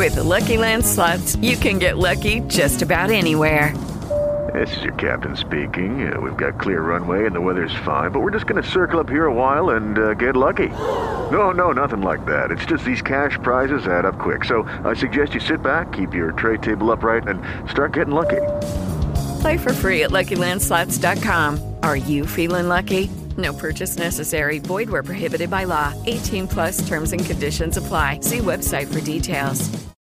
With the Lucky Land Slots, you can get lucky just about anywhere. This is your captain speaking. We've got clear runway and the weather's fine, but we're just going to circle up here a while and get lucky. No, nothing like that. It's just these cash prizes add up quick. So I suggest you sit back, keep your tray table upright, and start getting lucky. Play for free at LuckyLandSlots.com. Are you feeling lucky? No purchase necessary. Void where prohibited by law. 18 plus terms and conditions apply. See website for details.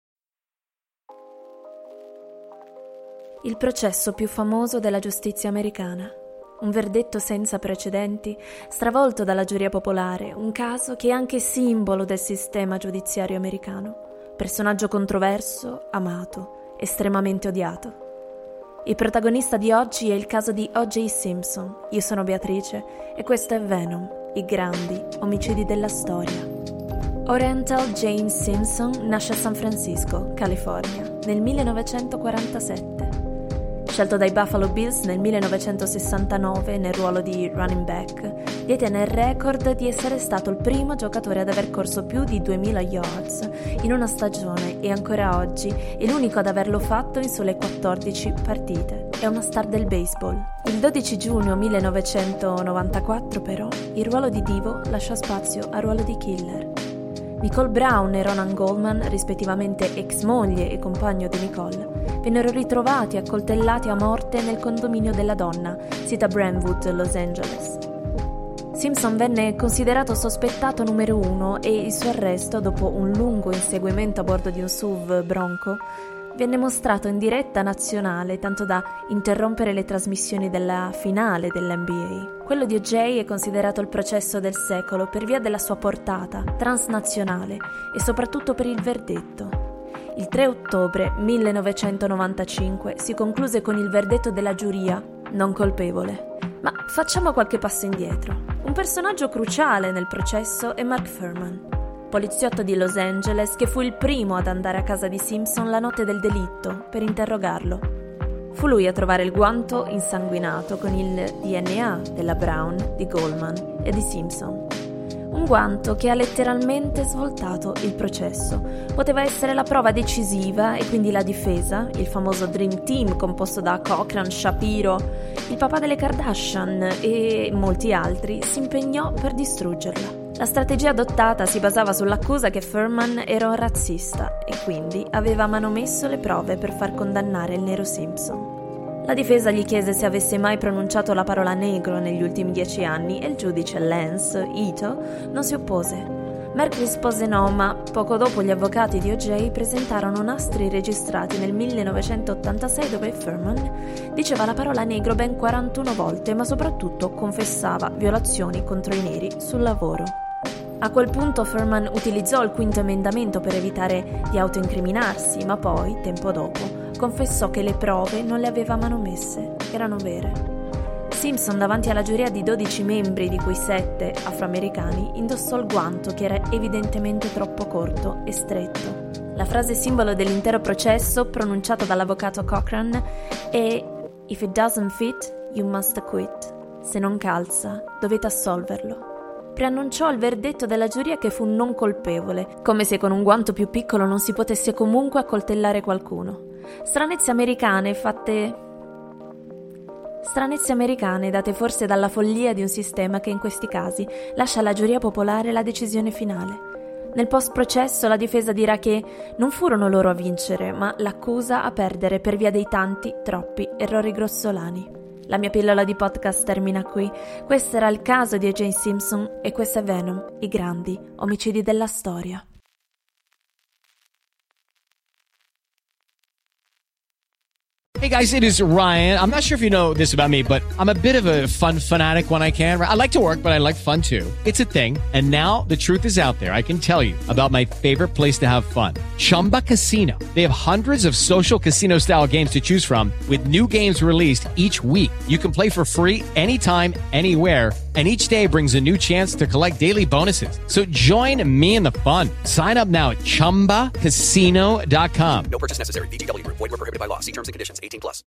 Il processo più famoso della giustizia americana. Un verdetto senza precedenti, stravolto dalla giuria popolare, un caso che è anche simbolo del sistema giudiziario americano. Personaggio controverso, amato, estremamente odiato. Il protagonista di oggi è il caso di O.J. Simpson. Io sono Beatrice e questo è Venom, i grandi omicidi della storia. Oriental James Simpson nasce a San Francisco, California, nel 1947. Scelto dai Buffalo Bills nel 1969 nel ruolo di running back, detiene il record di essere stato il primo giocatore ad aver corso più di 2000 yards in una stagione e ancora oggi è l'unico ad averlo fatto in sole 14 partite. È una star del baseball. Il 12 giugno 1994 però il ruolo di divo lascia spazio al ruolo di killer. Nicole Brown e Ronan Goldman, rispettivamente ex moglie e compagno di Nicole, vennero ritrovati accoltellati a morte nel condominio della donna, sita Brentwood, Los Angeles. Simpson venne considerato sospettato numero 1 e il suo arresto, dopo un lungo inseguimento a bordo di un SUV Bronco, venne mostrato in diretta nazionale, tanto da interrompere le trasmissioni della finale dell'NBA. Quello di O.J. è considerato il processo del secolo per via della sua portata transnazionale e soprattutto per il verdetto. Il 3 ottobre 1995 si concluse con il verdetto della giuria non colpevole. Ma facciamo qualche passo indietro. Un personaggio cruciale nel processo è Mark Fuhrman, poliziotto di Los Angeles che fu il primo ad andare a casa di Simpson la notte del delitto per interrogarlo. Fu lui a trovare il guanto insanguinato con il DNA della Brown, di Goldman e di Simpson. Un guanto che ha letteralmente svoltato il processo. Poteva essere la prova decisiva e quindi la difesa, il famoso Dream Team composto da Cochran, Shapiro, il papà delle Kardashian e molti altri, si impegnò per distruggerla. La strategia adottata si basava sull'accusa che Fuhrman era un razzista e quindi aveva manomesso le prove per far condannare il nero Simpson. La difesa gli chiese se avesse mai pronunciato la parola negro negli ultimi 10 anni e il giudice Lance Ito non si oppose. Mark rispose no, ma poco dopo gli avvocati di O.J. presentarono nastri registrati nel 1986 dove Fuhrman diceva la parola negro ben 41 volte, ma soprattutto confessava violazioni contro i neri sul lavoro. A quel punto Fuhrman utilizzò il quinto emendamento per evitare di autoincriminarsi, ma poi, tempo dopo, confessò che le prove non le aveva manomesse, erano vere. Simpson, davanti alla giuria di 12 membri, di cui 7 afroamericani, indossò il guanto che era evidentemente troppo corto e stretto. La frase simbolo dell'intero processo, pronunciata dall'avvocato Cochran, è «If it doesn't fit, you must quit». Se non calza, dovete assolverlo. Preannunciò il verdetto della giuria che fu non colpevole, come se con un guanto più piccolo non si potesse comunque accoltellare qualcuno. Stranezze americane date forse dalla follia di un sistema che in questi casi lascia alla giuria popolare la decisione finale. Nel post-processo la difesa dirà che non furono loro a vincere, ma l'accusa a perdere per via dei tanti, troppi errori grossolani. La mia pillola di podcast termina qui. Questo era il caso di O.J. Simpson e questo è Venom, i grandi omicidi della storia. Hey guys, it is Ryan. I'm not sure if you know this about me, but I'm a bit of a fun fanatic when I can. I like to work, but I like fun too. It's a thing. And now the truth is out there. I can tell you about my favorite place to have fun. Chumba Casino. They have hundreds of social casino style games to choose from with new games released each week. You can play for free anytime, anywhere. And each day brings a new chance to collect daily bonuses. So join me in the fun. Sign up now at ChumbaCasino.com. No purchase necessary. VGW Group. Void where prohibited by law. See terms and conditions. 18+.